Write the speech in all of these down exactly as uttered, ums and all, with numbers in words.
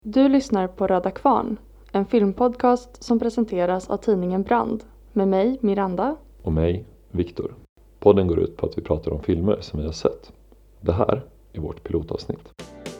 Du lyssnar på Röda Kvarn, en filmpodcast som presenteras av tidningen Brand. Med mig, Miranda. Och mig, Viktor. Podden går ut på att vi pratar om filmer som vi har sett. Det här är vårt pilotavsnitt.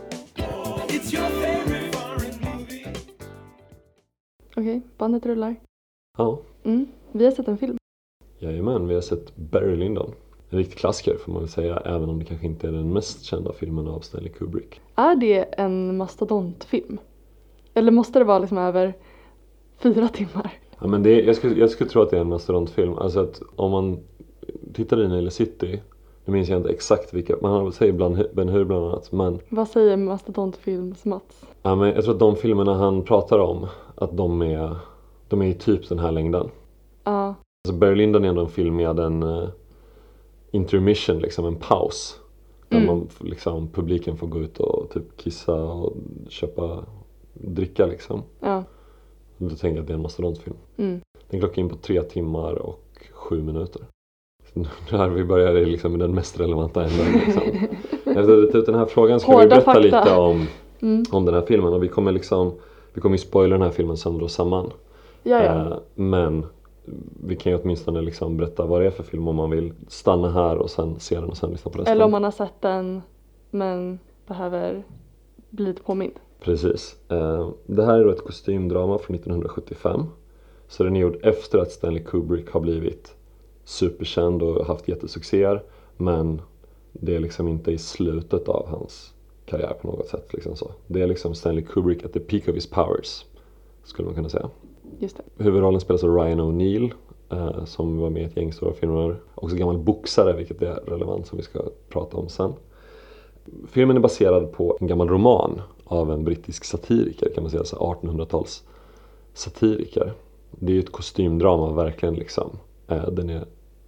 Okej, okay, bandet rullar. Ja. Mm, vi har sett en film. Jajamän, vi har sett Barry Lyndon. En riktig klassiker får man väl säga, även om det kanske inte är den mest kända filmen av Stanley Kubrick. Är det en mastodontfilm? Eller måste det vara liksom över fyra timmar? Ja, men det är, jag, skulle, jag skulle tro att det är en mastodontfilm. Alltså att om man tittar i Nile City, nu minns jag inte exakt vilka, man har väl säger ibland Ben Hur bland annat. Men, vad säger mastodontfilms Mats? Ja, men jag tror att de filmerna han pratar om, att de är, de är i typ den här längden. Ja. Uh. Alltså Barry Lyndon är ändå en film med en uh, intermission, liksom en paus. Där mm. man, liksom, publiken får gå ut och typ kissa och köpa dricka liksom. Ja. Då tänker jag att det är en mastodontfilm. Mm. Den klockar in på tre timmar och sju minuter. Så när vi börjar liksom med den mest relevanta änden. Liksom. Efter typ den här frågan ska Hårda vi berätta fakta. lite om, mm. om den här filmen. Och vi kommer liksom, vi kommer ju spoila den här filmen sönder och samman. Eh, men vi kan ju åtminstone liksom berätta vad det är för film om man vill stanna här och sen se den och sen lyssna på resten. Eller om man har sett den men behöver bli lite påmind. Precis. Eh, det här är då ett kostymdrama från nittonhundrasjuttiofem. Så den är gjord efter att Stanley Kubrick har blivit superkänd och haft jättesuccéer. Men det är liksom inte i slutet av hans karriär på något sätt. Liksom så. Det är liksom Stanley Kubrick at the peak of his powers, skulle man kunna säga. Just det. Huvudrollen spelas av Ryan O'Neal, eh, som var med i ett gäng stora filmer. Också gammal boxare, vilket är relevant som vi ska prata om sen. Filmen är baserad på en gammal roman av en brittisk satiriker, kan man säga, så artonhundratals satiriker. Det är ju ett kostymdrama verkligen liksom. Eh, den är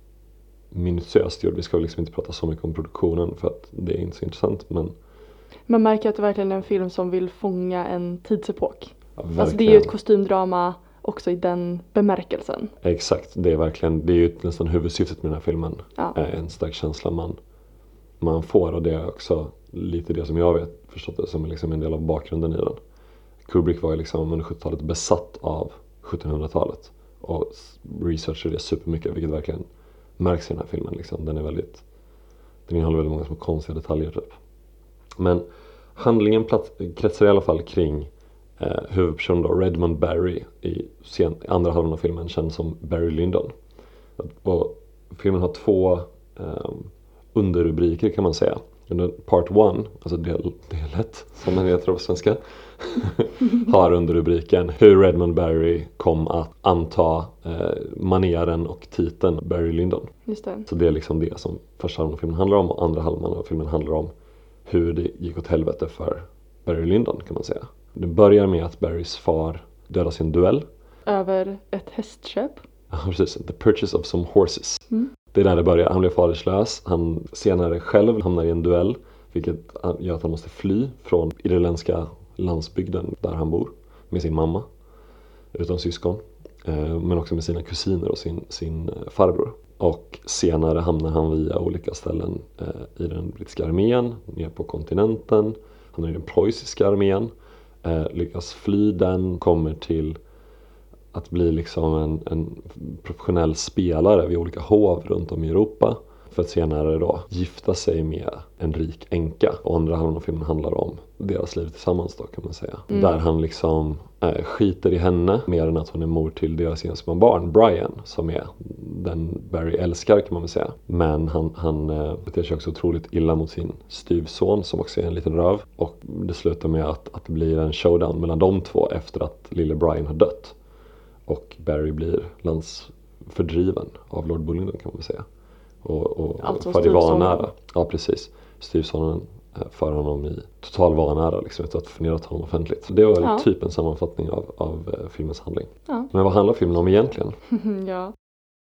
minutiöst gjord. Vi ska liksom inte prata så mycket om produktionen för att det är inte så intressant, men man märker att det verkligen är en film som vill fånga en tidsepok. Ja, alltså det är ju ett kostymdrama också i den bemärkelsen. Exakt, det är verkligen, det är ju nästan huvudsyftet med den här filmen. Ja. En stark känsla man, man får, och det är också lite det som jag vet förstått det som är liksom en del av bakgrunden i den. Kubrick var ju liksom under sjuttiotalet besatt av sjuttonhundratalet och researchade det supermycket, vilket verkligen märks i den här filmen liksom. Den är väldigt, den innehåller väldigt många små konstiga detaljer typ. Men handlingen plats, kretsar i alla fall kring eh, huvudpersonen då, Redmond Barry, i sen, andra halvan av filmen känd som Barry Lyndon. Och filmen har två eh, underrubriker kan man säga. Part one, alltså del, del ett som den heter på svenska, har underrubriken hur Redmond Barry kom att anta eh, maneren och titeln Barry Lyndon. Just det. Så det är liksom det som första halvan av filmen handlar om, och andra halvan av filmen handlar om hur det gick åt helvete för Barry Lyndon, kan man säga. Det börjar med att Barrys far dödar sin duell. Över ett hästköp. Ja, precis. The purchase of some horses. Mm. Det är där det börjar. Han blir faderslös. Han senare själv hamnar i en duell, vilket gör att han måste fly från irländska landsbygden där han bor med sin mamma, utan syskon, men också med sina kusiner och sin, sin farbror. Och senare hamnar han via olika ställen i den brittiska armén, ner på kontinenten. Han är i den preussiska armén, lyckas fly den, kommer till att bli liksom en, en professionell spelare vid olika hov runt om i Europa, för att senare då gifta sig med en rik änka. Och andra halvan av filmen handlar om deras liv tillsammans då, kan man säga. Mm. Där han liksom äh, skiter i henne mer än att hon är mor till deras gemensamma barn, Brian, som är den Barry älskar, kan man väl säga. Men han, han äh, beter sig också otroligt illa mot sin styvson, som också är en liten röv. Och det slutar med att, att det blir en showdown mellan de två efter att lille Brian har dött. Och Barry blir landsfördriven av Lord Bullingdon, kan man väl säga. Och, och alltså för det vanära. Ja, precis. Styvsonen för honom i total vanära, liksom, efter att förnedrat honom offentligt. Det var ja. typ en sammanfattning av, av uh, filmens handling. Ja. Men vad handlar filmen om egentligen? ja.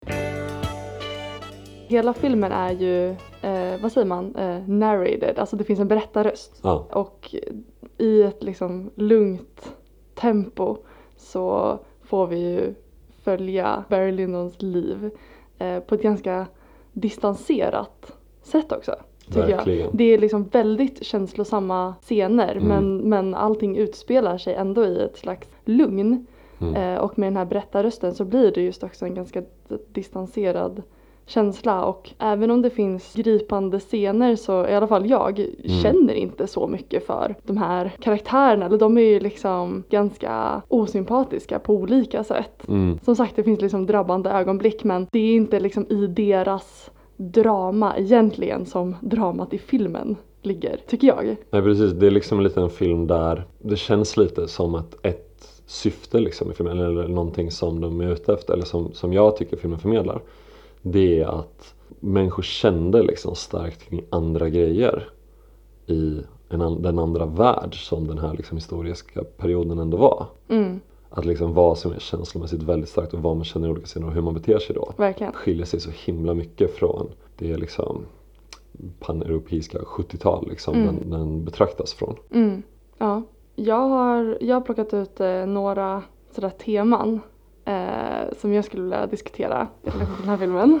Hela filmen är ju, eh, vad säger man, eh, narrated. Alltså det finns en berättarröst. Ja. Och i ett liksom lugnt tempo så får vi ju följa Barry Lyndons liv eh, på ett ganska distanserat sätt också. tycker Verkligen. jag. Det är liksom väldigt känslosamma scener Mm. men, men allting utspelar sig ändå i ett slags lugn. Mm. Eh, och med den här berättarrösten så blir det just också en ganska d- distanserad känsla. Och även om det finns gripande scener så i alla fall jag Mm. känner inte så mycket för de här karaktärerna. Eller de är ju liksom ganska osympatiska på olika sätt. Mm. Som sagt, det finns liksom drabbande ögonblick men det är inte liksom i deras drama egentligen som dramat i filmen ligger, tycker jag. Nej, precis. Det är liksom en liten film där det känns lite som att ett syfte liksom i filmen, eller någonting som de är ute efter, eller som, som jag tycker filmen förmedlar, det är att människor kände liksom starkt kring andra grejer i en an, den andra värld som den här liksom historiska perioden ändå var. Mm, Att liksom vad som är känslomässigt väldigt starkt och vad man känner i olika scener och hur man beter sig då verkligen. skiljer sig så himla mycket från det liksom paneuropeiska sjuttiotal liksom Mm. den, den betraktas från. Mm, ja. Jag har, jag har plockat ut eh, några sådär teman eh, som jag skulle vilja diskutera i relation till den här filmen.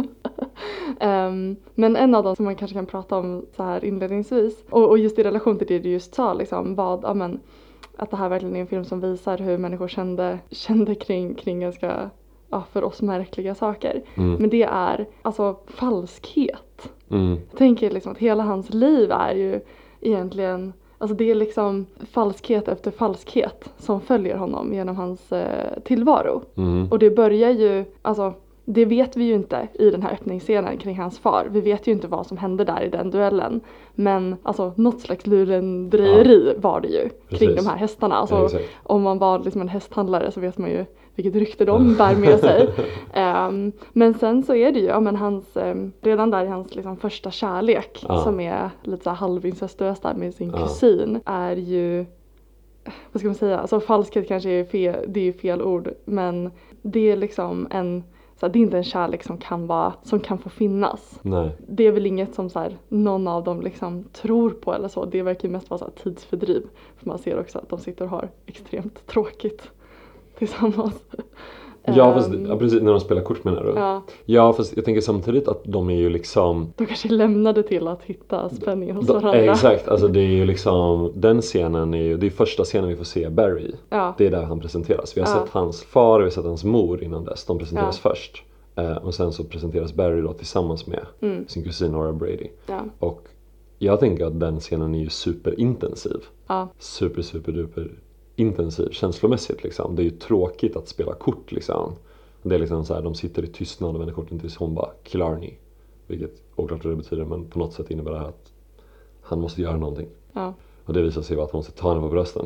um, men en av dem som man kanske kan prata om så här inledningsvis och, och just i relation till det du just sa liksom, vad, ja, men, att det här verkligen är en film som visar hur människor kände, kände kring, kring ganska, ja, för oss märkliga saker. Mm. Men det är alltså falskhet. Mm. Jag tänker liksom att hela hans liv är ju egentligen, alltså det är liksom falskhet efter falskhet som följer honom genom hans eh, tillvaro. Mm. Och det börjar ju, alltså det vet vi ju inte i den här öppningsscenen kring hans far. Vi vet ju inte vad som hände där i den duellen. Men alltså något slags lurendrejeri ja. var det ju kring Precis. de här hästarna. Alltså, Ja, exakt. om man var liksom en hästhandlare så vet man ju vilket rykte de bär med sig. um, men sen så är det ju, ja, men hans, um, redan där i hans liksom, första kärlek Ja. som är lite så här halvincestuös där med sin Ja. kusin är ju, vad ska man säga, alltså falskhet kanske är fel, det är ju fel ord, men det är liksom en, så här, det är inte en kärlek som kan vara, som kan få finnas. Nej. Det är väl inget som så här, någon av dem liksom tror på eller så. Det verkar mest vara så här, tidsfördriv. För man ser också att de sitter och har extremt tråkigt tillsammans. Ja, fast, Ehm, ja, precis, när de spelar kort menar du? ja, Ja, fast jag tänker samtidigt att de är ju liksom de kanske lämnade till att hitta spänning hos de, varandra. exakt, alltså det är ju liksom den scenen är ju, det är första scenen vi får se Barry. Ja, Det är där han presenteras. Vi har Ja. sett hans far, vi har sett hans mor innan dess. De presenteras Ja. först. Eh, och sen så presenteras Barry då tillsammans med mm, sin kusin Nora Brady. ja, Och jag tänker att den scenen är ju superintensiv. ja, Super, super, duper intensiv känslomässigt liksom. Det är ju tråkigt att spela kort liksom. Det är liksom så här, de sitter i tystnad och vänder korten tills hon bara Killarney. Vilket oklart vad det betyder, men på något sätt innebär det här att han måste göra någonting. ja, Och det visar sig vara att han måste ta henne på brösten.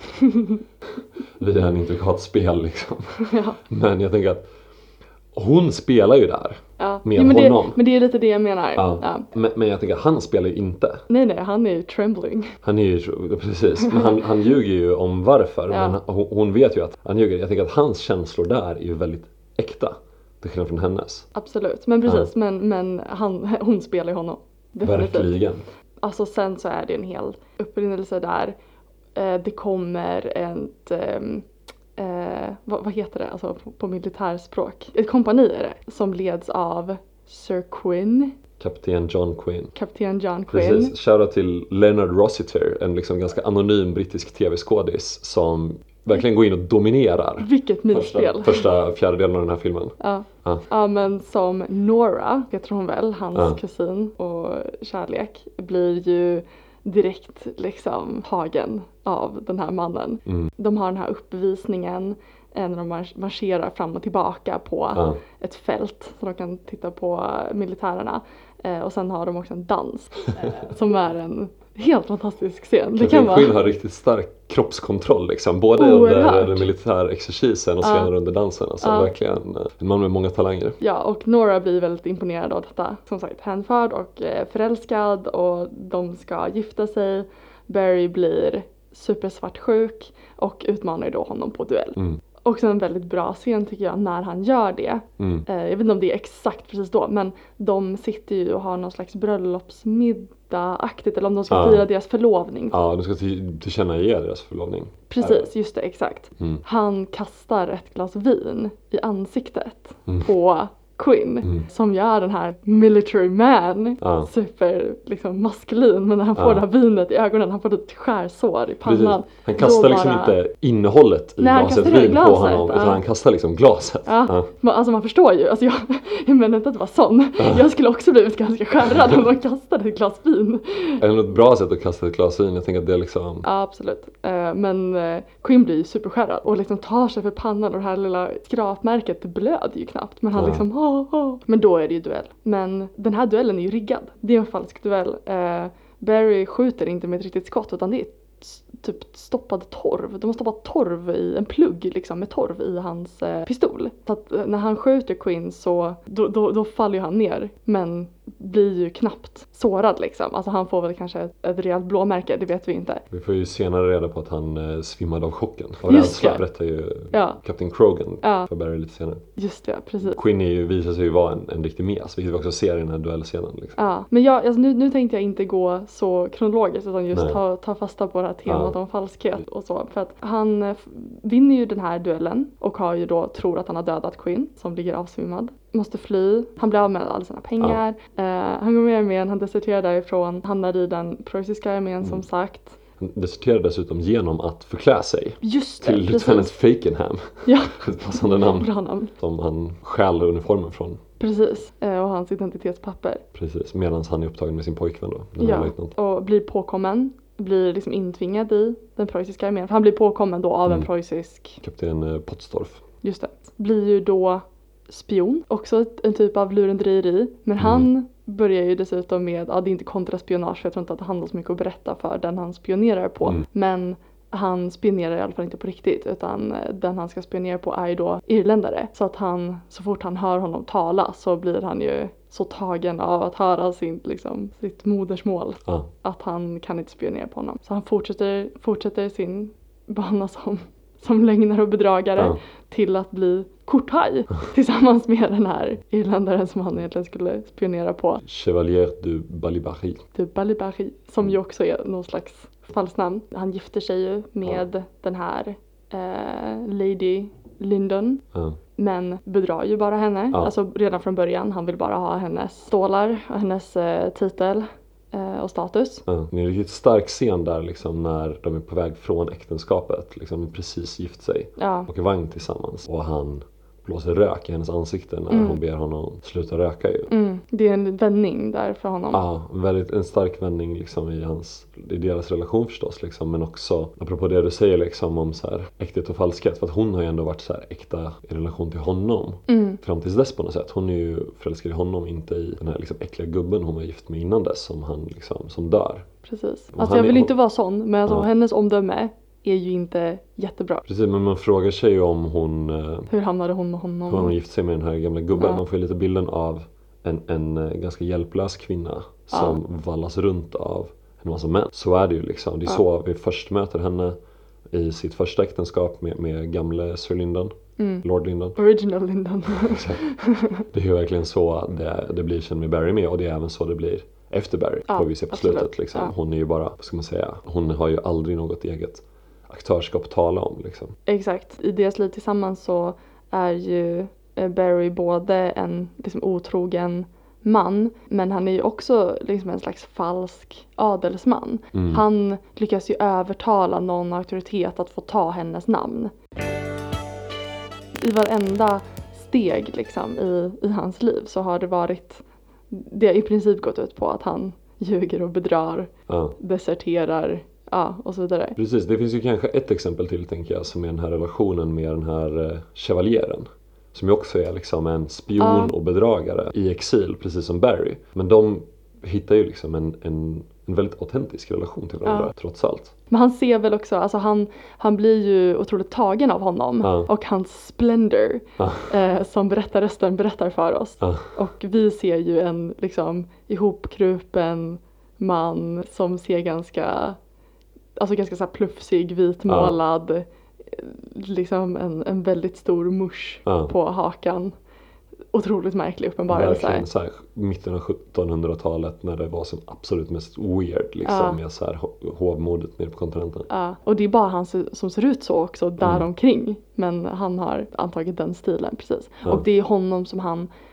Via en intrikat spel liksom. ja. Men jag tänker att hon spelar ju där. ja. Med Jo, men, det, honom. men det är lite det jag menar. Ja. Ja. Men, men jag tänker att han spelar ju inte. Nej, nej, han är ju trembling. Han är ju, precis, men han, han ljuger ju om varför. Ja. Men hon, hon vet ju att han ljuger. Jag tänker att hans känslor där är ju väldigt äkta. Till skillnad från hennes. Absolut, men precis, men, men han, hon spelar ju honom. Definitivt. Verkligen. Alltså sen så är det en hel upprinnelse där. Eh, det kommer ett, ehm, eh, vad, vad heter det, alltså på, på militärspråk. Ett kompani är det, som leds av Sir Quinn, Kapten John Quinn. kapten John Quinn. Precis, shoutout till Leonard Rossiter. En liksom ganska anonym brittisk tv-skådis som verkligen går in och dominerar. Vilket Första, minspel. första fjärdedelen av den här filmen. Ja. Ja. ja, men som Nora, jag tror hon väl, hans Ja. kusin och kärlek, blir ju direkt liksom tagen av den här mannen. Mm. De har den här uppvisningen eh, när de mars- marscherar fram och tillbaka på Ja. ett fält så de kan titta på militärerna. Eh, och sen har de också en dans eh, som är en helt fantastisk scen. Det kan Kapten vara... Quinn har riktigt stark kroppskontroll liksom. Både Oerhört. under den militärexercisen och Ja. senare under dansen. Alltså Ja. verkligen eh, en man med många talanger. Ja, och Nora blir väldigt imponerad av detta. Som sagt, hänförd och eh, förälskad och de ska gifta sig. Barry blir supersvartsjuk och utmanar då honom på duell. Mm. Också en väldigt bra scen tycker jag när han gör det. Mm. Eh, jag vet inte om det är exakt precis då, men de sitter ju och har någon slags bröllopsmiddag-aktigt eller om de ska Ja. fira deras förlovning. Ja, du ska till, tillkännage deras förlovning. Precis, just det, exakt. Mm. Han kastar ett glas vin i ansiktet Mm. på Quinn. Mm. Som gör den här military man. Ja. Super liksom maskulin. Men när han får Ja. det här vinet i ögonen. Han får ett skärsår i pannan. Precis. Han kastar Då liksom bara... inte innehållet i Nej, han glaset kastar det i vin på glaset, honom. ja. Utan han kastar liksom glaset. Ja. Ja. Men, alltså man förstår ju. Alltså jag, jag menar inte att det var sån. Ja. Jag skulle också blivit ganska skärrad om man kastade ett glas vin. Är det något bra sätt att kasta ett glas vin? Jag tänker att det är liksom... Ja, absolut. Eh, men eh, Quinn blir ju superskärrad och liksom tar sig för pannan och det här lilla skrapmärket, det blöder ju knappt. Men han Ja. liksom, ha, ha. Men då är det ju duell. Men den här duellen är ju riggad. Det är en falsk duell. Eh, Barry skjuter inte med ett riktigt skott utan det är typ stoppad torv. De har stoppat torv i en plugg liksom med torv i hans eh, pistol. Så att eh, när han skjuter Quinn så då, då, då faller ju han ner. Men blir ju knappt sårad liksom. Alltså han får väl kanske ett, ett rejält blåmärke, det vet vi inte. Vi får ju senare reda på att han eh, svimmade av chocken. Av Just rädsla det. berättar ju Ja. Captain Krogan Ja. för Barry lite senare. Just det, precis. Quinn är ju, visar sig ju vara en, en riktig mes, vilket vi också ser i den här duellscenen. Liksom. Ja, men jag, alltså nu, nu tänkte jag inte gå så kronologiskt utan just Nej. ta, ta fasta på det här temat Ja. om falskhet och så. För att han eh, vinner ju den här duellen och har ju då, tror att han har dödat Quinn som ligger avsvimmad. Måste fly, han blir av med alla sina pengar. Ja. Eh, han går med i armén, han deserterar därifrån, hamnar i den preussiska armén mm. som sagt. Han deserterar dessutom genom att förklä sig. Just det, till Lieutenant Fakenham. Ja. Ett passande namn. Bra namn. Som han stjäl uniformen från. Precis, och hans identitetspapper. Precis, medan han är upptagen med sin pojkvän då. Den ja, här löjtnant. Och blir påkommen. Blir liksom intvingad i den preussiska armén. För han blir påkommen då av mm. en preussisk... Kapten Pottsdorf. Just det. Blir ju då spion. Också en typ av lurendrejeri. Men mm. han börjar ju dessutom med, ja det är inte kontraspionage. För jag tror inte att han har så mycket att berätta för den han spionerar på. Mm. Men han spionerar i alla fall inte på riktigt. Utan den han ska spionera på är ju då irländare. Så att han, så fort han hör honom tala så blir han ju så tagen av att höra sin, liksom, sitt modersmål. Ah. Att han kan inte spionera på honom. Så han fortsätter, fortsätter sin bana som, som lögnare och bedragare. Ah. Till att bli korthaj. Tillsammans med den här irländaren som han egentligen skulle spionera på. Chevalier du Balibari. Du Balibari. Som ju också är någon slags falsnamn. Han gifter sig ju med ah. den här eh, Lady Lyndon. Ah. Men bedrar ju bara henne. Ja. Alltså redan från början. Han vill bara ha hennes stålar. Och hennes eh, titel. Eh, och status. Ja, det är en riktigt stark scen där liksom. När de är på väg från äktenskapet. Liksom precis gift sig. Ja. Och i vagn tillsammans. Och han blåser rök i hennes ansikte. När mm. hon ber honom sluta röka ju. Mm. Det är en vändning där för honom. Ja, väldigt, en stark vändning liksom i, hans, i deras relation förstås. Liksom, men också, apropå det du säger liksom, om så här, äkthet och falskhet. För att hon har ju ändå varit så här, äkta i relation till honom. Mm. Fram tills dess på något sätt. Hon är ju förälskad i honom, inte i den här liksom, äckliga gubben hon var gift med innan dess. Som, han, liksom, som dör. Precis. Alltså jag vill är, inte vara sån. Men alltså, ja. hennes omdöme är ju inte jättebra. Precis, men man frågar sig ju om hon... Hur hamnade hon med honom? Hur hon gift sig med den här gamla gubben. Ja. Man får ju lite bilden av en, en ganska hjälplös kvinna som ja. vallas runt av en massa män. Så är det ju liksom. Det är ja. så vi först möter henne i sitt första äktenskap med, med gamle Sir Lyndon. Mm. Lord Lyndon. Original Lyndon. Det är ju verkligen så det, det blir sen med Barry med. Och det är även så det blir efter Barry. Ja, får vi se på absolut. slutet liksom. Ja. Hon är ju bara, vad ska man säga, hon har ju aldrig något eget aktörskap tala om liksom. Exakt. I deras liv tillsammans så är ju Barry både en liksom otrogen man, men han är ju också liksom en slags falsk adelsman. Mm. Han lyckas ju övertala någon auktoritet att få ta hennes namn. I varenda steg liksom i, i hans liv så har det varit, det har i princip gått ut på att han ljuger och bedrar, ja. deserterar, ja, och så vidare. Precis, det finns ju kanske ett exempel till tänker jag som är den här relationen med den här eh, chevalieren. Som ju också är liksom en spion ja. och bedragare i exil, precis som Barry. Men de hittar ju liksom en, en, en väldigt autentisk relation till varandra, ja. trots allt. Men han ser väl också, alltså han, han blir ju otroligt tagen av honom. Ja. Och hans splendor ja. eh, som berättarrösten berättar för oss. Ja. Och vi ser ju en liksom ihopkrupen man som ser ganska, alltså ganska så här plufsig, vitmålad. Ja. Liksom en, en väldigt stor musch ja. på hakan. Otroligt märklig uppenbarligen. Verkligen så här, mitten av sjuttonhundratalet när det var som absolut mest weird liksom, ja. med så här hovmodet nere på kontinenten. Ja, och det är bara han som ser ut så också där mm. omkring. Men han har antagit den stilen, precis. Ja. Och det är honom som han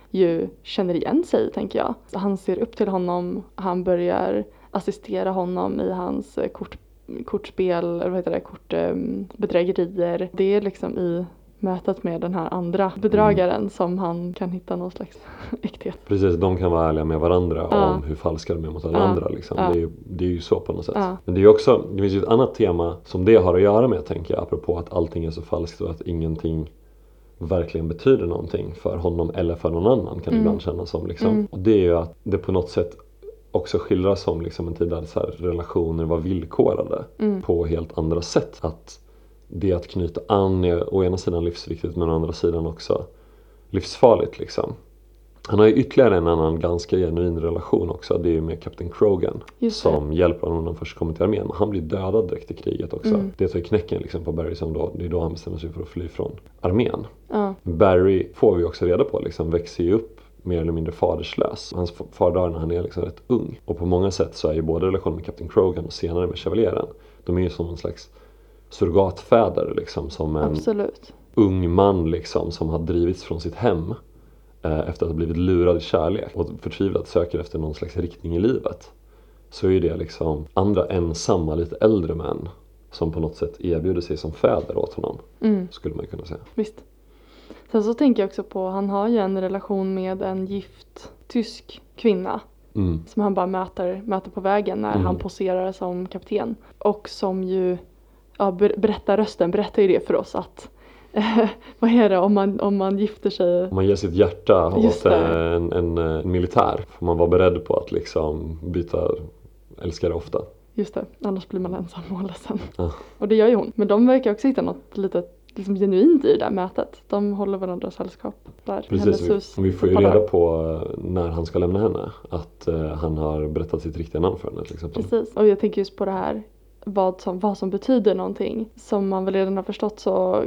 ju känner igen sig, tänker jag. Så han ser upp till honom, han börjar assistera honom i hans kort, kortspel, eller vad heter det, kortbedrägerier. Det är liksom i mötet med den här andra bedragaren mm. som han kan hitta någon slags äkthet. Precis, de kan vara ärliga med varandra ja. om hur falska de är mot alla ja. andra. Liksom. Ja. Det, är ju, det är ju så på något sätt. Ja. Men det är också, det finns ju ett annat tema som det har att göra med, tänker jag, apropå att allting är så falskt och att ingenting verkligen betyder någonting för honom eller för någon annan, kan det mm. ibland kännas som. Liksom. Mm. Och det är ju att det på något sätt också skildras som liksom en tid där så här, relationer var villkorade mm. på helt andra sätt. Att det att knyta an är å ena sidan livsviktigt, men å andra sidan också livsfarligt. Liksom. Han har ju ytterligare en annan ganska genuin relation också. Det är ju med Captain Krogan som hjälper honom när han först kommer till armén. Han blir dödad direkt i kriget också. Mm. Det tar ju knäcken liksom, på Barry, som då, det är då han bestämmer sig för att fly från armén. Ja. Barry får vi också reda på, liksom, växer ju upp mer eller mindre faderslös. Hans far dör när han är liksom rätt ung. Och på många sätt så är ju både relationen med Captain Krogan och senare med Chevalieren, de är ju som en slags surrogatfäder, liksom, som en Absolut. ung man liksom, som har drivits från sitt hem eh, efter att ha blivit lurad i kärlek och förtvivlat söker efter någon slags riktning i livet. Så är det liksom andra ensamma, lite äldre män som på något sätt erbjuder sig som fäder åt honom, mm. skulle man kunna säga. Visst. Sen så tänker jag också på, han har ju en relation med en gift tysk kvinna. Mm. Som han bara möter, möter på vägen när mm. han poserar som kapten. Och som ju, ja, berättar rösten, berättar ju det för oss att eh, vad är det om man, om man gifter sig? Om man ger sitt hjärta åt en, en, en militär, får man vara beredd på att liksom byta älskare ofta. Just det, annars blir man ensam och ledsen. Ja. Och det gör ju hon. Men de verkar också hitta något litet liksom genuint i det där mötet. De håller varandra sällskap där. Precis, vi, vi får ju reda på när han ska lämna henne att uh, han har berättat sitt riktiga namn för henne till exempel. Precis, och jag tänker just på det här vad som, vad som betyder någonting. Som man väl redan har förstått så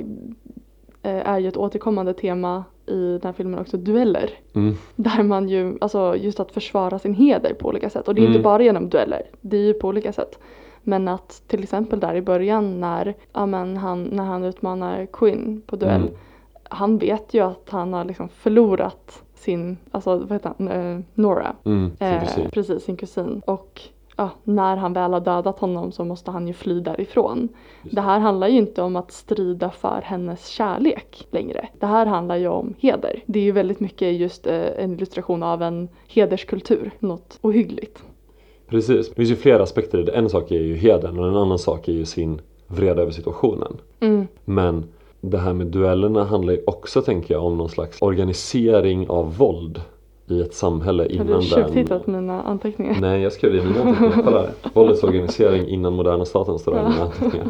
uh, är ju ett återkommande tema i den här filmen också dueller. Mm. Där man ju, alltså just att försvara sin heder på olika sätt. Och det är mm. inte bara genom dueller, det är ju på olika sätt. Men att till exempel där i början när, ja, men han, när han utmanar Quinn på duell. Mm. Han vet ju att han har liksom förlorat sin, alltså vad heter han, uh, Nora. Mm, sin eh, kusin. Precis, sin kusin. Och ja, när han väl har dödat honom så måste han ju fly därifrån. Just. Det här handlar ju inte om att strida för hennes kärlek längre. Det här handlar ju om heder. Det är ju väldigt mycket just eh, en illustration av en hederskultur. Något ohyggligt. Precis, det finns ju flera aspekter i det. En sak är ju heden och en annan sak är ju sin vrede över situationen. Mm. Men det här med duellerna handlar ju också, tänker jag, om någon slags organisering av våld i ett samhälle innan den... Har du tjuvtittat mina anteckningar? Nej, jag skrev det i mina anteckningar. Kolla här. Våldets organisering innan moderna staten står det i mina anteckningar.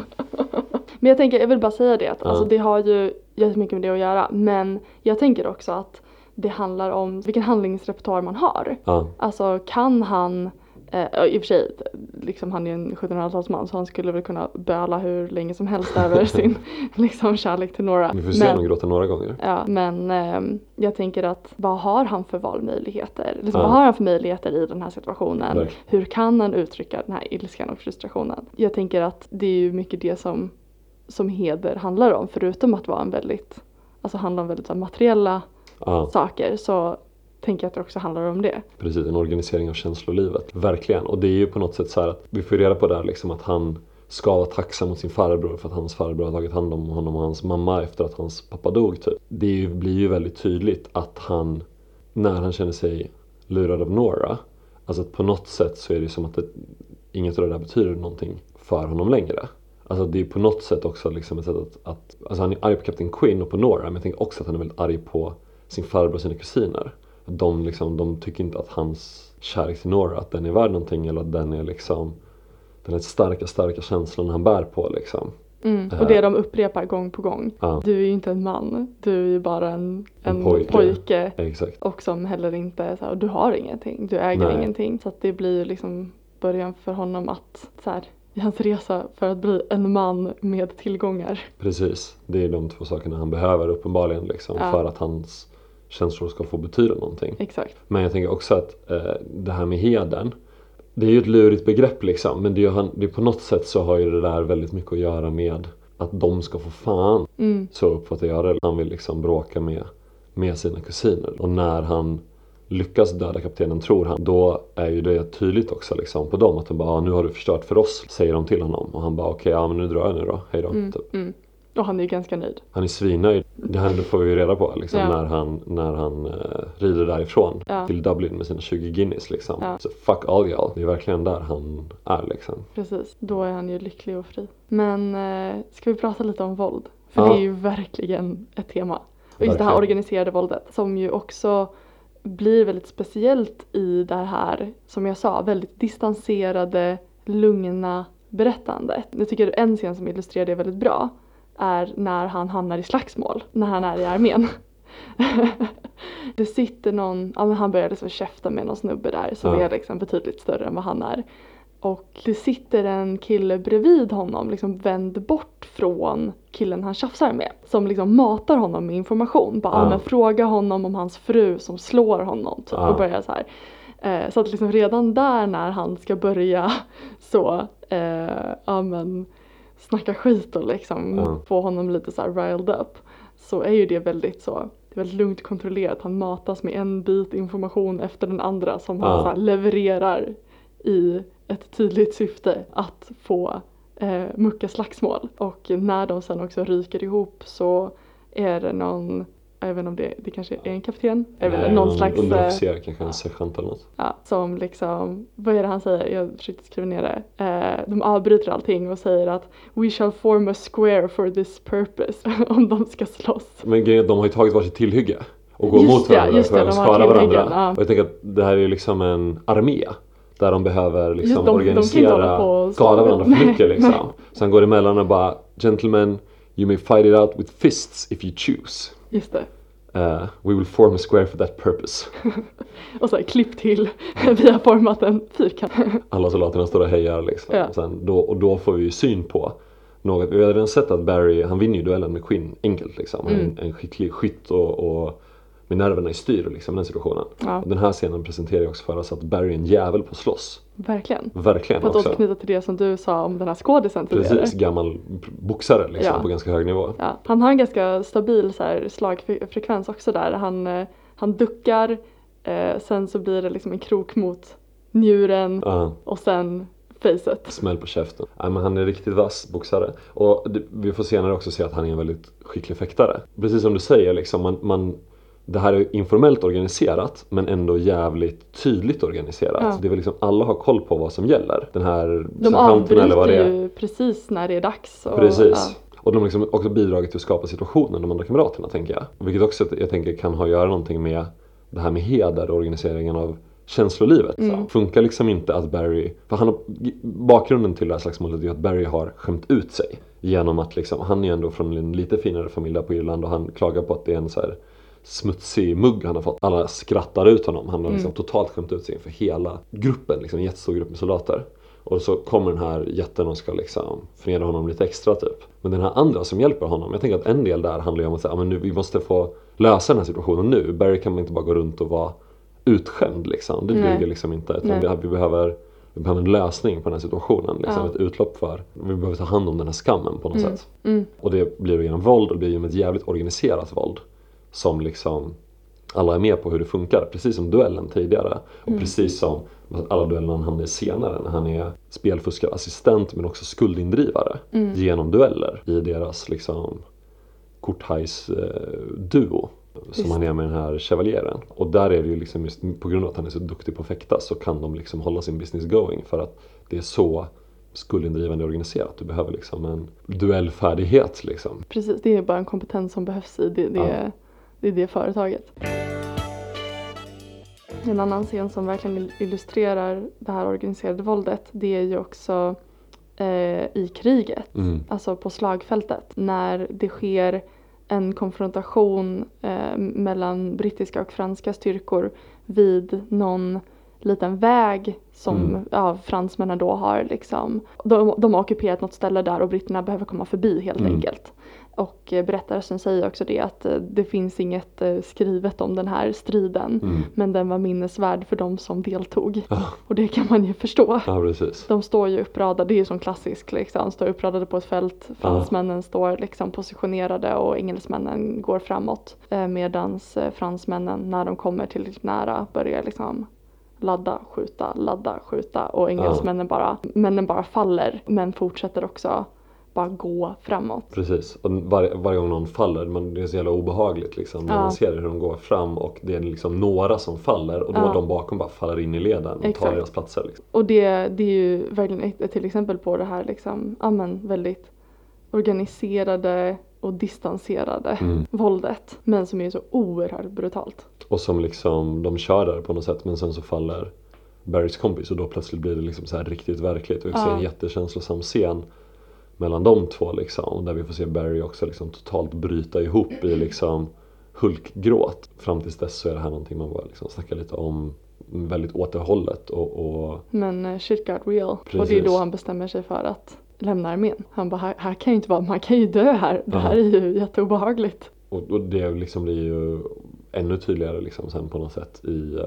Men jag tänker, jag vill bara säga det att ja. Alltså, det har ju jättemycket med det att göra. Men jag tänker också att det handlar om vilken handlingsrepertoar man har. Ja. Alltså kan han... Uh, I och för sig, liksom, han är en sjuttonhundratalsman så han skulle väl kunna böla hur länge som helst över sin liksom, kärlek till Nora. Vi får se honom gråta några gånger. Ja, men uh, jag tänker att vad har han för valmöjligheter? Liksom, ja. Vad har han för möjligheter i den här situationen? Nej. Hur kan han uttrycka den här ilskan och frustrationen? Jag tänker att det är ju mycket det som, som heder handlar om. Förutom att vara en väldigt, alltså handla om väldigt så, materiella ja. Saker så tänker jag att det också handlar om det. Precis, en organisering av känslolivet. Verkligen. Och det är ju på något sätt så här att vi får reda på där liksom att han ska vara tacksam mot sin farbror för att hans farbror har tagit hand om honom och hans mamma efter att hans pappa dog typ. Det är ju, blir ju väldigt tydligt att han, när han känner sig lurad av Nora, alltså att på något sätt så är det som att det, inget av det där betyder någonting för honom längre. Alltså det är på något sätt också liksom ett sätt att, att alltså han är arg på Captain Quinn och på Nora, men jag tänker också att han är väldigt arg på sin farbror och sina kusiner. De, liksom, de tycker inte att hans kärlek till Nora, att den är värd någonting eller att den är liksom den är starka, starka känslan han bär på liksom. Mm. Och det de upprepar gång på gång. Ja. Du är ju inte en man, du är ju bara en, en, en pojke. pojke. Exakt. Och som heller inte, så här, du har ingenting, du äger Nej. ingenting. Så att det blir ju liksom början för honom att så här, i hans resa för att bli en man med tillgångar. Precis, det är de två sakerna han behöver uppenbarligen liksom, ja. För att hans känslor ska få betyda någonting. Exakt. Men jag tänker också att eh, det här med heden, det är ju ett lurigt begrepp liksom, men det är, ju, det är på något sätt så har ju det där väldigt mycket att göra med att de ska få fan. Mm. Så uppfattar jag det. Han vill liksom bråka med, med sina kusiner. Och när han lyckas döda kaptenen, tror han, då är ju det tydligt också liksom på dem att de bara, ah, nu har du förstört för oss, säger de till honom. Och han bara, okej, okay, ja men nu drar jag nu då, hej då. Mm, typ. mm. Och han är ju ganska nöjd. Han är svinnöjd. Det här får vi ju reda på liksom, ja. när han, när han uh, rider därifrån ja. till Dublin med sina tjugo guineas liksom. Ja. Så fuck all y'all. Det är verkligen där han är liksom. Precis, då är han ju lycklig och fri. Men uh, ska vi prata lite om våld? För ja. det är ju verkligen ett tema. Och just det här organiserade våldet som ju också blir väldigt speciellt i det här, som jag sa, väldigt distanserade, lugna berättandet. Jag tycker en scen som illustrerar det väldigt bra är när han hamnar i slagsmål, när han är i armén. Det sitter någon, ja men han börjar liksom käfta med någon snubbe där som ja. är liksom betydligt större än vad han är. Och det sitter en kille bredvid honom, liksom vänd bort från killen han tjafsar med. Som liksom matar honom med information. Bara, ja. men fråga honom om hans fru som slår honom. Typ, ja. Och börjar så här. Eh, så att liksom redan där när han ska börja så, eh, ja men snacka skit och liksom ja. få honom lite så här riled up. Så är ju det väldigt så, det är väldigt lugnt kontrollerat. Han matas med en bit information efter den andra som ja. han så här levererar i ett tydligt syfte att få eh, mucka slagsmål. Och när de sen också ryker ihop så är det någon, även om det, det kanske är en kapten, även Nej, någon slags underofficer, kanske en sergeant eller något. Ja, som liksom, vad är det han säger? Jag försökte skriva ner det. Eh, de avbryter allting och säger att we shall form a square for this purpose om de ska slåss. Men grejen är att de har ju tagit varsitt tillhygge och går just mot varandra ja, för att de skada varandra. Ja. Och jag tänker att det här är ju liksom en armé. Där de behöver liksom just, de, organisera, de skada varandra för mycket liksom. Sen går det emellan och bara, gentlemen, you may fight it out with fists if you choose. Just det. Uh, we will form a square for that purpose. Och så här, klipp till, vi har format en fyrkant. Alla soldaterna står och hejar liksom. Ja. Och, sen då, och då får vi ju syn på något. Vi har redan sett att Barry, han vinner ju duellen med Quinn enkelt liksom. Han är mm. en, en skicklig skytt och, och med nerverna i styr liksom, den situationen. Ja. Och den här scenen presenterar ju också för oss att Barry är en jävel på slåss. Verkligen. Verkligen för att också. För att återknyta till det som du sa om den här skådisen tidigare. Precis, gammal boxare liksom, ja. på ganska hög nivå. Ja. Han har en ganska stabil så här, slagfrekvens också där. Han, eh, han duckar, eh, sen så blir det liksom en krok mot njuren uh. och sen facet. Smäll på käften. Ja, men han är riktigt vass boxare. Och det, vi får senare också se att han är en väldigt skicklig fäktare. Precis som du säger, liksom, man... man det här är informellt organiserat men ändå jävligt tydligt organiserat. Ja. Det är väl liksom alla har koll på vad som gäller. Den här de avbryter ju precis när det är dags. Och, precis. Ja. Och de har liksom också bidragit till att skapa situationen, de andra kamraterna, tänker jag. Vilket också jag tänker kan ha att göra någonting med det här med heder och organiseringen av känslolivet. Mm. Så. Funkar liksom inte att Barry... För han har, bakgrunden till det här slagsmålet är att Barry har skämt ut sig. Genom att liksom, han är ändå från en lite finare familj där på Irland och han klagar på att det är en så här smutsig mugg han har fått. Alla skrattar ut honom. Han har liksom mm. totalt skämt ut sig inför hela gruppen. Liksom en jättestor grupp med soldater. Och så kommer den här jätten och ska liksom förnedra honom lite extra typ. Men den här andra som hjälper honom, jag tänker att en del där handlar ju om att säga, ah, men nu, vi måste få lösa den här situationen nu. Barry kan man inte bara gå runt och vara utskämd liksom. Det duger liksom inte. Utan vi, vi, behöver, vi behöver en lösning på den här situationen. Liksom, ja. Ett utlopp för. Vi behöver ta hand om den här skammen på något mm. sätt. Mm. Och det blir genom våld och det blir genom ett jävligt organiserat våld. Som liksom alla är med på hur det funkar. Precis som duellen tidigare. Och mm. precis som alla duellerna han hamnar senare. När han är spelfuskarassistent men också skuldindrivare. Mm. Genom dueller i deras liksom korthajs-duo. Som han är med den här chevalieren. Och där är det ju liksom just på grund av att han är så duktig på att fäkta. Så kan de liksom hålla sin business going. För att det är så skuldindrivande organiserat. Du behöver liksom en duellfärdighet liksom. Precis, det är bara en kompetens som behövs i det, det, ja. det, det företaget. En annan scen som verkligen illustrerar det här organiserade våldet, det är ju också eh, i kriget. Mm. Alltså på slagfältet. När det sker en konfrontation eh, mellan brittiska och franska styrkor vid någon liten väg som mm. ja, fransmännen då har liksom, de, de har ockuperat något ställe där och britterna behöver komma förbi helt mm. enkelt. Och eh, berättelsen säger också det att eh, det finns inget eh, skrivet om den här striden. Mm. Men den var minnesvärd för de som deltog. Ja. Och det kan man ju förstå. Ja, precis. De står ju uppradade, det är ju som klassiskt liksom. Står uppradade på ett fält. Fransmännen ja. står liksom positionerade och engelsmännen går framåt. Eh, medans eh, fransmännen när de kommer till nära börjar liksom ladda, skjuta, ladda, skjuta. Och engelsmännen ja. bara, männen bara faller men fortsätter också bara gå framåt. Precis, och var, varje gång någon faller, man, det är så jävla obehagligt liksom, när ja. man ser hur de går fram och det är liksom några som faller och då ja. de bakom bara faller in i leden och Exakt. tar deras platser. Liksom. Och det, det är ju verkligen ett till exempel på det här liksom, ja, men väldigt organiserade och distanserade mm. våldet, men som är så oerhört brutalt. Och som liksom, de kör där på något sätt men sen så faller Barrys kompis och då plötsligt blir det liksom så här riktigt verkligt och vi ser ja. en jättekänslosam scen mellan de två liksom, där vi får se Barry också liksom totalt bryta ihop i liksom hulkgråt. Fram tills dess så är det här någonting man bara liksom snackar lite om, väldigt återhållet och, och... Men uh, shit got real. Precis. Och det är då han bestämmer sig för att lämna armén. Han bara, här, här kan ju inte vara, man kan ju dö här. Det här Aha. är ju jätteobehagligt. Och, och det liksom blir ju ännu tydligare liksom sen på något sätt i uh,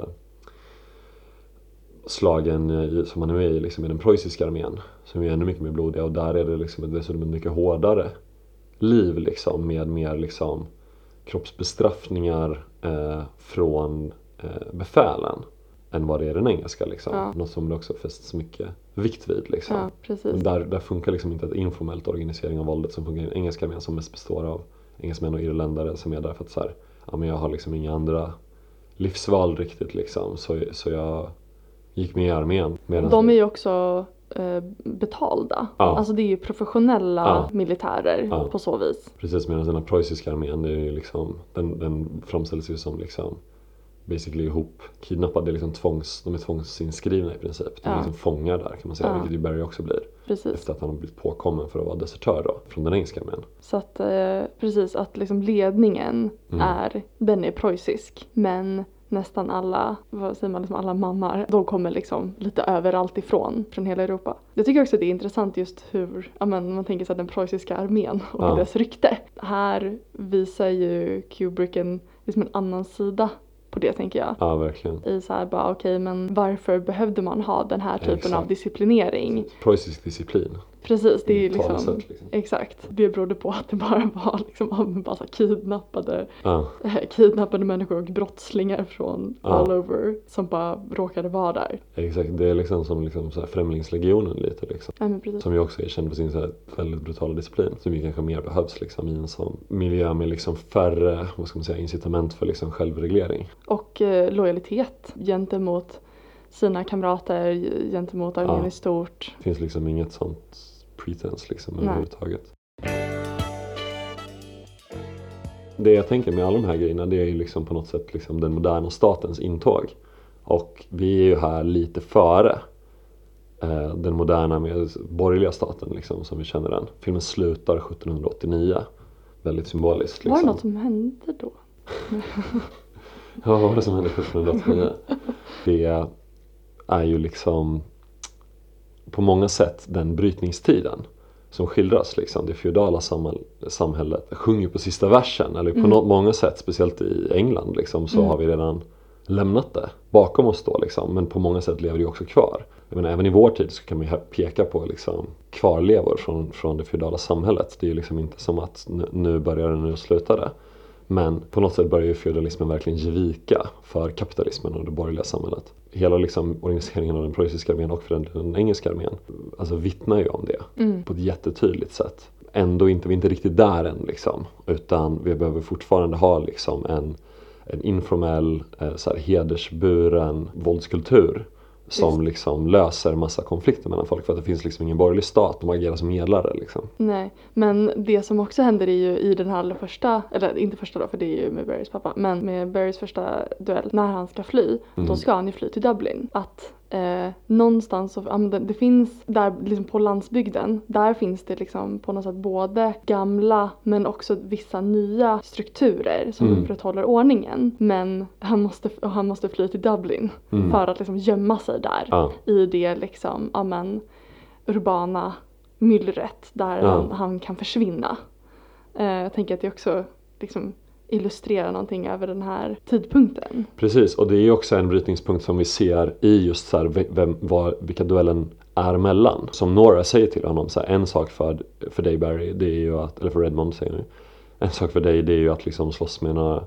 slagen i, som man nu är i liksom i den preussiska armén som är ännu mycket mer blodiga och där är det liksom dessutom ett mycket hårdare liv liksom med mer liksom kroppsbestraffningar eh, från eh, befälen än vad det är den engelska liksom. Ja. Något som det också fästs mycket vikt vid liksom. Ja, precis. Där, där funkar liksom inte ett informellt organisering av våldet som funkar i den engelska armén som mest består av engelsmän och irländare som är där för att så här, ja men jag har liksom inga andra livsval riktigt liksom så, så jag gick med i armén. De är ju också eh, betalda. Ja. Alltså det är ju professionella ja. militärer ja. på så vis. Precis, medan den här preussiska armén, det är ju liksom, den, den framställs ju som liksom basically ihop kidnappade, liksom tvångs, de är tvångsinskrivna i princip. De är ja. liksom fångar där kan man säga, ja. vilket ju Barry också blir. Precis. Efter att han har blivit påkommen för att vara desertör då, från den engelska armén. Så att, eh, precis, att liksom ledningen mm. är, den är preussisk, men nästan alla, vad säger man, liksom alla mannar, de kommer liksom lite överallt ifrån, från hela Europa. Jag tycker också att det är intressant just hur, ja men man tänker sig den preussiska armén och ja. dess rykte. Här visar ju Kubrick en, liksom en annan sida på det, tänker jag. Ja, verkligen. I så här bara, okej, okay, men varför behövde man ha den här typen exakt. av disciplinering? Preussisk disciplin. Precis, det är ju liksom, sätt, liksom, exakt. Det berodde på att det bara var liksom, bara så kidnappade, ja. eh, kidnappade människor och brottslingar från ja. all over som bara råkade vara där. Exakt, det är liksom som liksom så här Främlingslegionen lite liksom. Ja, men precis. Som ju också är känd för sin så här väldigt brutala disciplin. Som ju kanske mer behövs liksom i en sån miljö med liksom färre, vad ska man säga, incitament för liksom självreglering. Och eh, lojalitet gentemot sina kamrater, gentemot armén ja. i stort. Det finns liksom inget sånt pretense liksom överhuvudtaget. Det jag tänker med alla de här grejerna, det är ju liksom på något sätt liksom den moderna statens intåg. Och vi är ju här lite före eh, den moderna med borgerliga staten liksom, som vi känner den. Filmen slutar sjuttonhundraåttionio. Väldigt symboliskt. Liksom. Var det något som hände då? Ja, vad var det som hände sjuttonhundraåttionio? Det är ju liksom på många sätt den brytningstiden som skildras liksom. Det feodala samhället sjunger på sista versen, eller på mm. no- många sätt, speciellt i England liksom, så mm. har vi redan lämnat det bakom oss då liksom. Men på många sätt lever det också kvar. Jag menar, även i vår tid så kan man ju peka på liksom kvarlevor från, från det feodala samhället. Det är ju liksom inte som att nu, nu börjar det, nu slutar det. Men på något sätt börjar ju feudalismen verkligen ge vika för kapitalismen och det borgerliga samhället. Hela liksom organiseringen av den preussiska armén och för den, den engelska armén alltså vittnar ju om det mm. på ett jättetydligt sätt. Ändå inte vi är inte riktigt där än liksom, utan vi behöver fortfarande ha liksom en, en informell eh, så här, hedersburen våldskultur som liksom löser massa konflikter mellan folk, för att det finns liksom ingen borgerlig stat som agerar som medlare liksom. Nej, men det som också händer är ju i den här allra första, eller inte första då, för det är ju med Barrys pappa, men med Barrys första duell, när han ska fly, mm. då ska han ju fly till Dublin. Att eh, någonstans, så, ja, det, det finns där liksom på landsbygden, där finns det liksom på något sätt både gamla men också vissa nya strukturer som mm. upprätthåller ordningen. Men han måste, han måste fly till Dublin mm. för att liksom gömma sig där ah. i det liksom, ja men, urbana myllret där ja. han, han kan försvinna. Eh, jag tänker att det också liksom illustrerar någonting över den här tidpunkten. Precis, och det är ju också en brytningspunkt som vi ser i just så här, vem, var, vilka duellen är mellan. Som Nora säger till honom, så här, en sak för, för dig Barry, det är ju att, eller för Redmond säger nu, en sak för dig det är ju att liksom slåss med några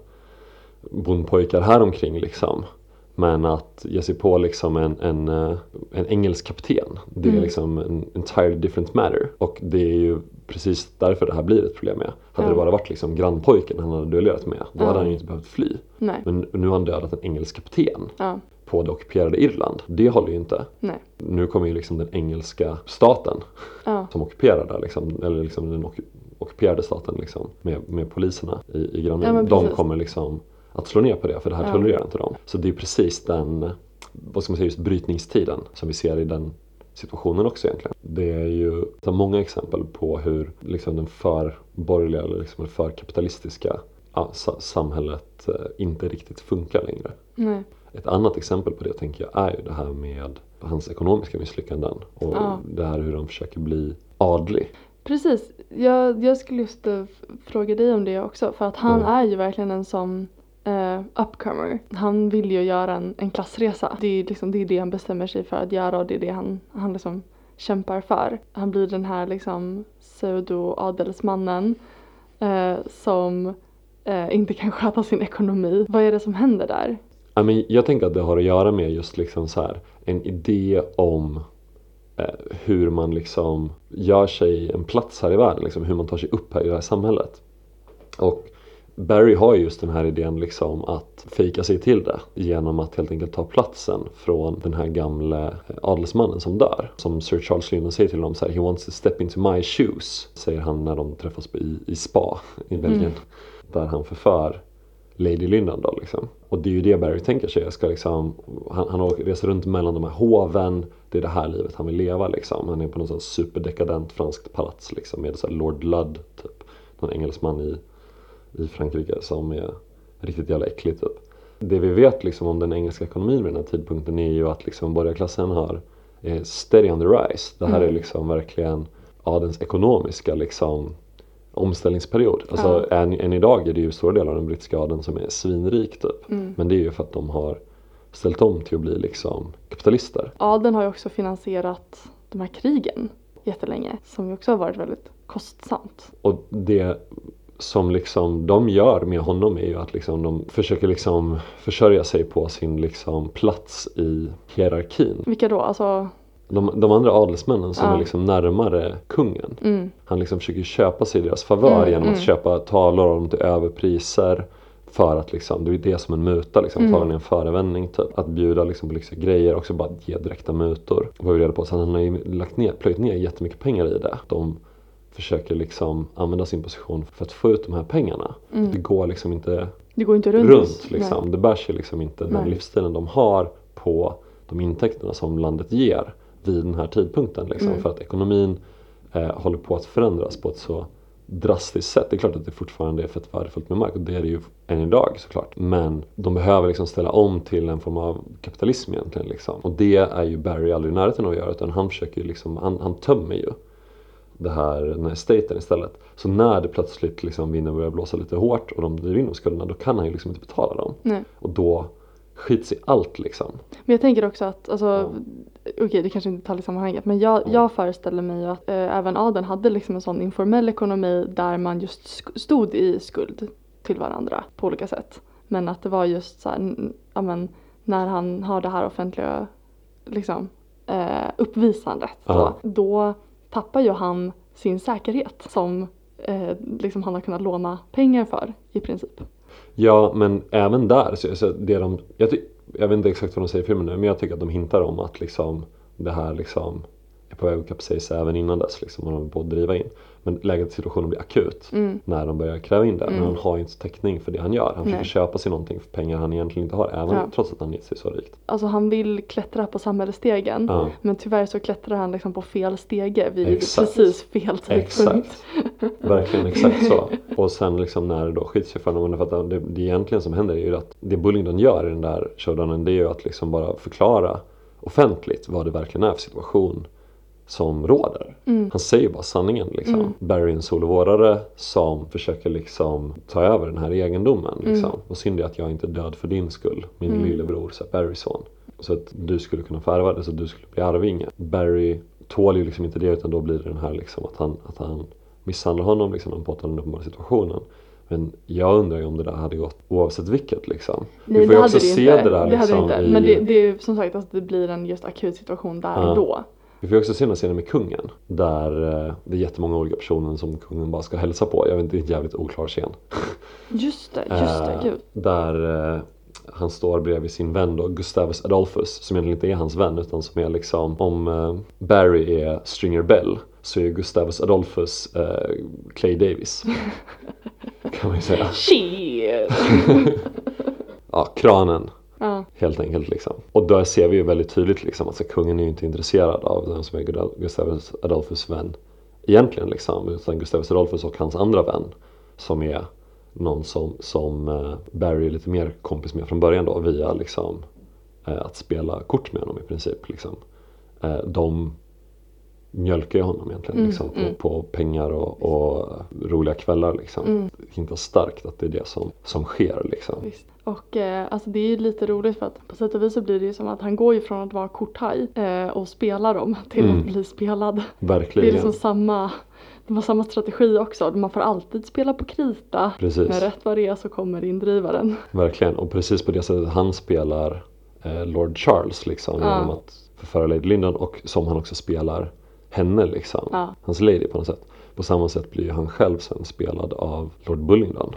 bondpojkar här omkring liksom. Men att ge sig på liksom en, en, en engelsk kapten, det är mm. liksom en entirely different matter. Och det är ju precis därför det här blir ett problem med. Hade ja. det bara varit liksom grannpojken han hade duellerat med, då ja. hade han ju inte behövt fly. Nej. Men nu har han dödat en engelsk kapten ja. på det ockuperade Irland. Det håller ju inte. Nej. Nu kommer ju liksom den engelska staten ja. som ockuperar där liksom, eller liksom den ock- ockuperade staten liksom, med, med poliserna i, i grannen. Ja, de kommer liksom att slå ner på det, för det här ja. tolererar inte dem. Så det är precis den, vad ska man säga, just brytningstiden som vi ser i den situationen också egentligen. Det är ju så många exempel på hur liksom den förborgerliga eller liksom det förkapitalistiska ja, samhället inte riktigt funkar längre. Nej. Ett annat exempel på det tänker jag är ju det här med hans ekonomiska misslyckanden och ja. det här hur de försöker bli adlig. Precis, jag, jag skulle just fråga dig om det också, för att han mm. är ju verkligen en sån Uh, upcomer. Han vill ju göra en, en klassresa. Det är, liksom, det är det han bestämmer sig för att göra, och det är det han, han liksom kämpar för. Han blir den här liksom pseudo-adelsmannen uh, som uh, inte kan sköta sin ekonomi. Vad är det som händer där? I mean, jag tänker att det har att göra med just liksom så här, en idé om uh, hur man liksom gör sig en plats här i världen. Liksom, hur man tar sig upp här i det här samhället. Och Barry har just den här idén liksom att fejka sig till det genom att helt enkelt ta platsen från den här gamla adelsmannen som dör. Som Sir Charles Lyndon säger till honom så här: he wants to step into my shoes, säger han när de träffas i, i Spa i Belgien. Mm. Där han förför Lady Lyndon då liksom. Och det är ju det Barry tänker sig. Jag ska liksom, han, han reser runt mellan de här hoven. Det är det här livet han vill leva liksom. Han är på något sån superdekadent franskt palats liksom, med så här Lord Ludd typ. Någon engelsman i i Frankrike som är riktigt jävla äckligt typ. Det vi vet liksom om den engelska ekonomin vid den här tidpunkten är ju att liksom borgarklassen har är steady on the rise. Det här mm. är liksom verkligen adens ekonomiska liksom omställningsperiod. Alltså ja. än, än idag är det ju stora delar av den brittiska adeln som är svinrik typ. Mm. Men det är ju för att de har ställt om till att bli liksom kapitalister. Adeln har ju också finansierat de här krigen jättelänge, som ju också har varit väldigt kostsamt. Och det som liksom de gör med honom är ju att liksom de försöker liksom försörja sig på sin liksom plats i hierarkin. Vilka då? Alltså... De, de andra adelsmännen som ja. är liksom närmare kungen. Mm. Han liksom försöker köpa sig i deras favör mm, genom mm. att köpa tavlor av dem till överpriser. För att liksom, det är det som en muta liksom, mm. talar i en förevändning typ. Att bjuda liksom på liksom grejer, också bara ge direkta mutor. Vad vi reda på, så han har ju lagt ner, plöjt ner jättemycket pengar i det. De försöker liksom använda sin position för att få ut de här pengarna. Mm. Det går liksom inte, det går inte runt, runt liksom. Det bär sig liksom inte den Nej. livsstilen de har på de intäkterna som landet ger vid den här tidpunkten liksom. Mm. För att ekonomin eh, håller på att förändras på ett så drastiskt sätt. Det är klart att det fortfarande är fett värdefullt med mark, och det är det ju än idag såklart. Men de behöver liksom ställa om till en form av kapitalism egentligen liksom. Och det är ju Barry aldrig i närheten att göra, utan han försöker ju liksom, han, han tömmer ju det här, den här estaten istället. Så när det plötsligt liksom vinden börjar blåsa lite hårt och de driver in de skulderna, då kan han ju liksom inte betala dem. Nej. Och då skits i allt liksom. Men jag tänker också att, alltså, ja. okej okay, det kanske inte tar i sammanhanget, men jag, mm. jag föreställer mig att äh, även adeln hade liksom en sån informell ekonomi där man just sk- stod i skuld till varandra på olika sätt. Men att det var just så här, ja, men, när han har det här offentliga liksom, äh, uppvisandet, då, då tappar ju han sin säkerhet som eh, liksom han har kunnat låna pengar för i princip. Ja, men även där så, så det de, jag, ty, jag vet inte exakt vad de säger i filmen nu, men jag tycker att de hintar om att liksom, det här liksom är på väg att kapsejsa även innan dess liksom, och de håller på att driva in. Men läget situationen blir akut mm. när de börjar kräva in det. Mm. Men han har ju inte täckning för det han gör. Han försöker köpa sig någonting för pengar han egentligen inte har. Även ja. trots att han gett sig så rikt. Alltså han vill klättra på samhällsstegen. Ja. Men tyvärr så klättrar han liksom på fel stege vid exakt. precis fel tidpunkt. Exakt. Verkligen exakt så. Och sen liksom när det då skits sig för honom. För att det, det egentligen som händer är ju att det Bullingdon gör i den där showdownen, det är ju att liksom bara förklara offentligt vad det verkligen är för situation som råder. Mm. Han säger bara sanningen liksom. Mm. Barry är en solovårdare som försöker liksom ta över den här egendomen liksom. Mm. Och synd är att jag inte är död för din skull, min Mm. lillebror, så Barrys son. Så att du skulle kunna förvärva det, så att du skulle bli arvinge. Barry tål ju liksom inte det, utan då blir det den här liksom att han, att han misshandlar honom liksom, han påtalar den uppenbara situationen. Men jag undrar ju om det där hade gått oavsett vilket liksom. Nej, vi får det ju också hade det se inte. det där det hade liksom det inte. i... Men det, det är som sagt att det blir en just akut situation där Ja. och då. Vi får ju också se den scenen med kungen. Där eh, det är jättemånga olika personer som kungen bara ska hälsa på. Jag vet inte, det är en jävligt oklar scen. Just det, just det, Eh, gud. Där eh, han står bredvid sin vän då, Gustavus Adolphus, som egentligen inte är hans vän, utan som är liksom, om eh, Barry är Stringer Bell så är Gustavus Adolphus eh, Clay Davis. Kan man ju säga. Shit! Ja, kranen. Ja. Helt enkelt liksom. Och där ser vi ju väldigt tydligt liksom att så, kungen är ju inte intresserad av den som är Gustavus Adolphus vän egentligen liksom, utan Gustavus Adolphus och hans andra vän som är någon som, som uh, Barry är lite mer kompis med från början då, via liksom uh, att spela kort med honom i princip liksom. Uh, de mjölkar ju honom egentligen Mm, liksom, på, mm. på pengar och, och roliga kvällar liksom. Mm. Hintar starkt att det är det som, som sker liksom. Visst. Och eh, alltså det är ju lite roligt för att på sätt och vis så blir det ju som att han går ju från att vara korthaj eh, och spela dem till Mm. att bli spelad. Verkligen. Det är liksom samma, de har samma strategi också. Man får alltid spela på krita. Precis. Men rätt vad det är så kommer indrivaren. Verkligen, och precis på det sättet han spelar eh, Lord Charles liksom, Ja. genom att förföra Lady Lyndon, och som han också spelar henne liksom, Ja. hans lady på något sätt. På samma sätt blir han själv sen spelad av Lord Bullingdon.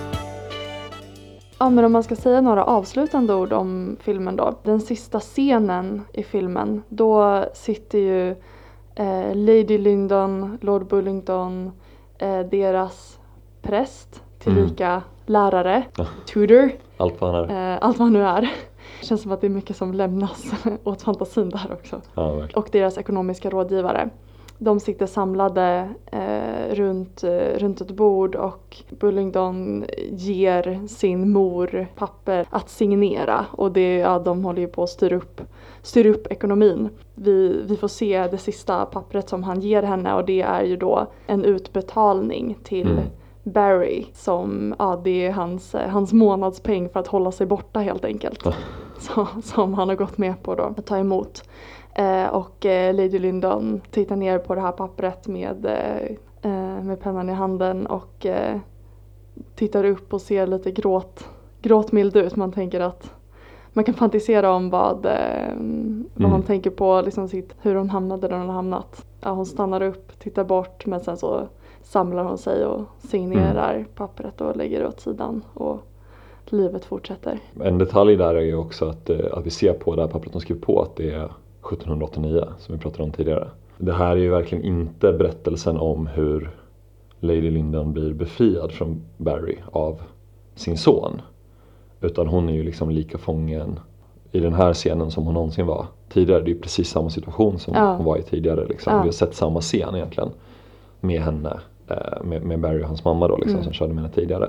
Ja, men om man ska säga några avslutande ord om filmen då. Den sista scenen i filmen, då sitter ju eh, Lady Lyndon, Lord Bullingdon, eh, deras präst, tillika mm. lärare, Ja. tutor, Allt vad han är. eh, allt vad han nu är. Det känns som att det är mycket som lämnas åt fantasin där också. Ja, verkligen. Och deras ekonomiska rådgivare. De sitter samlade eh, runt, eh, runt ett bord och Bullingdon ger sin mor papper att signera. Och det, ja, de håller ju på att styra upp, styra upp ekonomin. Vi, vi får se det sista pappret som han ger henne, och det är ju då en utbetalning till Mm. Barry. Som, ja, det är hans, hans månadspeng för att hålla sig borta helt enkelt. Ja. Så, som han har gått med på då att ta emot. Eh, och eh, Lady Lyndon tittar ner på det här pappret med, eh, med pennan i handen och eh, tittar upp och ser lite gråt, gråtmild ut. Man tänker att man kan fantisera om vad, eh, mm. vad hon tänker på, liksom sitt, hur hon hamnade där hon har hamnat. Ja, hon stannar upp, tittar bort, men sen så samlar hon sig och signerar mm. pappret och lägger det åt sidan, och livet fortsätter. En detalj där är ju också att, att vi ser på det här pappret de skriver på att det är sjutton åttionio som vi pratade om tidigare. Det här är ju verkligen inte berättelsen om hur Lady Lyndon blir befriad från Barry av sin son. Utan hon är ju liksom lika fången i den här scenen som hon någonsin var tidigare. Det är ju precis samma situation som ja. hon var i tidigare. Liksom. Ja. Vi har sett samma scen egentligen med henne, med, med Barry och hans mamma då, liksom, mm. som körde med henne tidigare.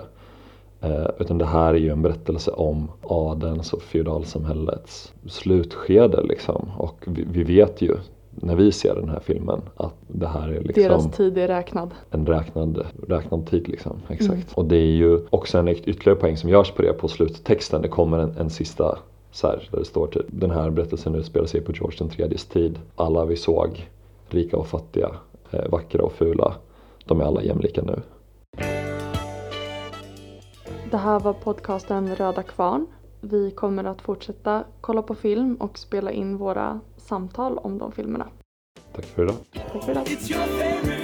Uh, utan det här är ju en berättelse om adelns och feodalsamhällets slutskede liksom. Och vi, vi vet ju när vi ser den här filmen att det här är liksom deras tid är räknad. En räknad, räknad tid liksom. Exakt. Mm. Och det är ju också en ytterligare poäng som görs på det på sluttexten. Det kommer en, en sista så här, där det står typ: den här berättelsen utspelar sig på George den tredjes tid. Alla vi såg, rika och fattiga, eh, vackra och fula, de är alla jämlika nu. Det här var podcasten Röda Kvarn. Vi kommer att fortsätta kolla på film och spela in våra samtal om de filmerna. Tack för idag. Tack för idag.